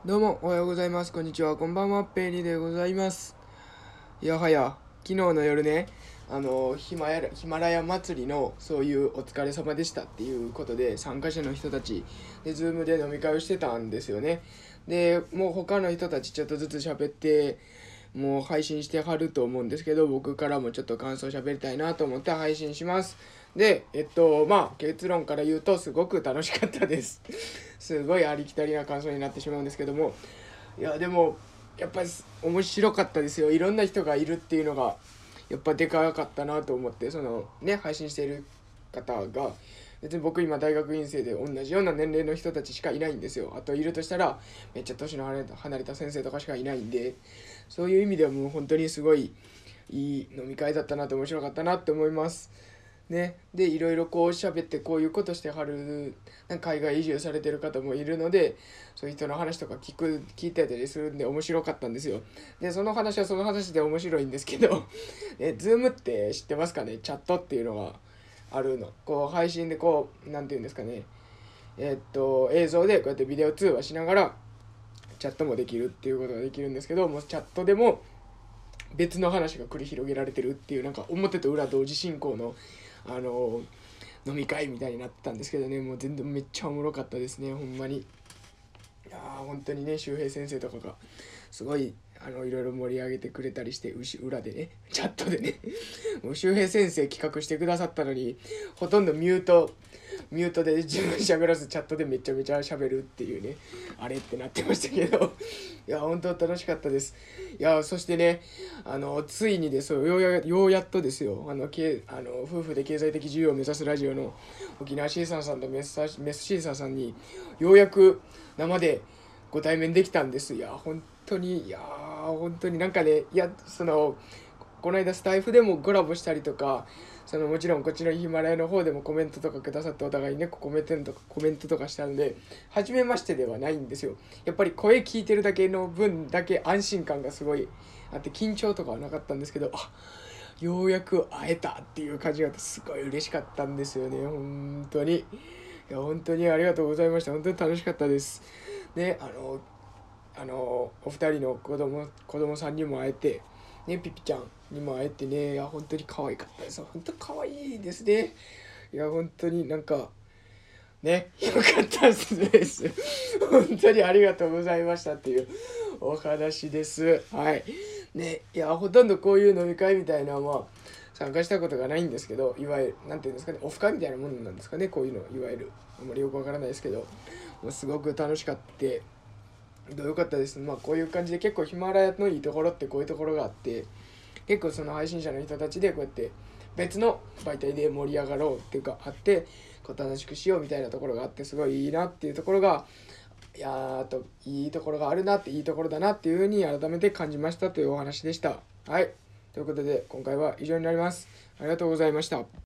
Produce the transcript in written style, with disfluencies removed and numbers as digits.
どうもおはようございます。こんにちは。こんばんは。ペイリーでございます。いやはや、昨日の夜ね、ヒマラヤ祭りのそういうお疲れ様でしたっていうことで、参加者の人たちで、ズームで飲み会をしてたんですよね。で、もう他の人たちちょっとずつ喋って、もう配信してはると思うんですけど、僕からもちょっと感想喋りたいなと思って配信します。で、結論から言うと、すごく楽しかったです。すごいありきたりな感想になってしまうんですけども、いや、でも、やっぱり面白かったですよ。いろんな人がいるっていうのが、やっぱでかかったなと思って、そのね、配信している方が、別に僕今大学院生で同じような年齢の人たちしかいないんですよ。あといるとしたら、めっちゃ年の離れた先生とかしかいないんで、そういう意味ではもう本当にすごいいい飲み会だったなと面白かったなって思います。ね、でいろいろこう喋ってこういうことしてはるなんか海外移住されてる方もいるので、そういう人の話とか聞いてたりするんで面白かったんですよ。でその話はその話で面白いんですけどズームって知ってますかね。チャットっていうのがあるの。こう配信でこうなんていうんですかね、映像でこうやってビデオ通話しながらチャットもできるっていうことができるんですけど、もうチャットでも別の話が繰り広げられてるっていう、なんか表と裏同時進行のあの飲み会みたいになってたんですけどね、もう全然めっちゃおもろかったですね、ほんまに。いやー本当にね、周平先生とかがすごいいろいろ盛り上げてくれたりして、裏でね、チャットでね、もう周平先生企画してくださったのに、ほとんどミュートで自分喋らずチャットでめちゃめちゃ喋るっていうね、あれってなってましたけど、いや本当楽しかったです。いやそしてね、ついにですよ、ようやっとですよ、夫婦で経済的自由を目指すラジオの沖縄シーサーさんとメスシーサーさんにようやく生でご対面できたんです。いや本当になんかね、この間スタイフでもコラボしたりとか、もちろんこっちのヒマラヤの方でもコメントとかくださって、お互いねコメントとかしたんで、初めましてではないんですよ。やっぱり声聞いてるだけの分だけ安心感がすごいあって、緊張とかはなかったんですけど、ようやく会えたっていう感じがあって、すごい嬉しかったんですよね、本当に。いや本当にありがとうございました。本当に楽しかったです。ね、お二人の子供さんにも会えて、ね、ピピちゃんにも会えてね、いや本当に可愛かったです。本当可愛いですね。いや本当になんかね、よかったです。本当にありがとうございましたっていうお話です。はい。ね、いやほとんどこういう飲み会みたいなのは参加したことがないんですけど、いわゆるなんていうんですかね、オフ会みたいなものなんですかね、こういうのいわゆるあんまりよくわからないですけど、もうすごく楽しかった。良かったです。まあこういう感じで結構ヒマラヤのいいところってこういうところがあって、結構その配信者の人たちでこうやって別の媒体で盛り上がろうっていうかあって、こう楽しくしようみたいなところがあって、すごいいいなっていうところが、いいところがあるなって、いいところだなっていうふうに改めて感じましたというお話でした。はい。ということで今回は以上になります。ありがとうございました。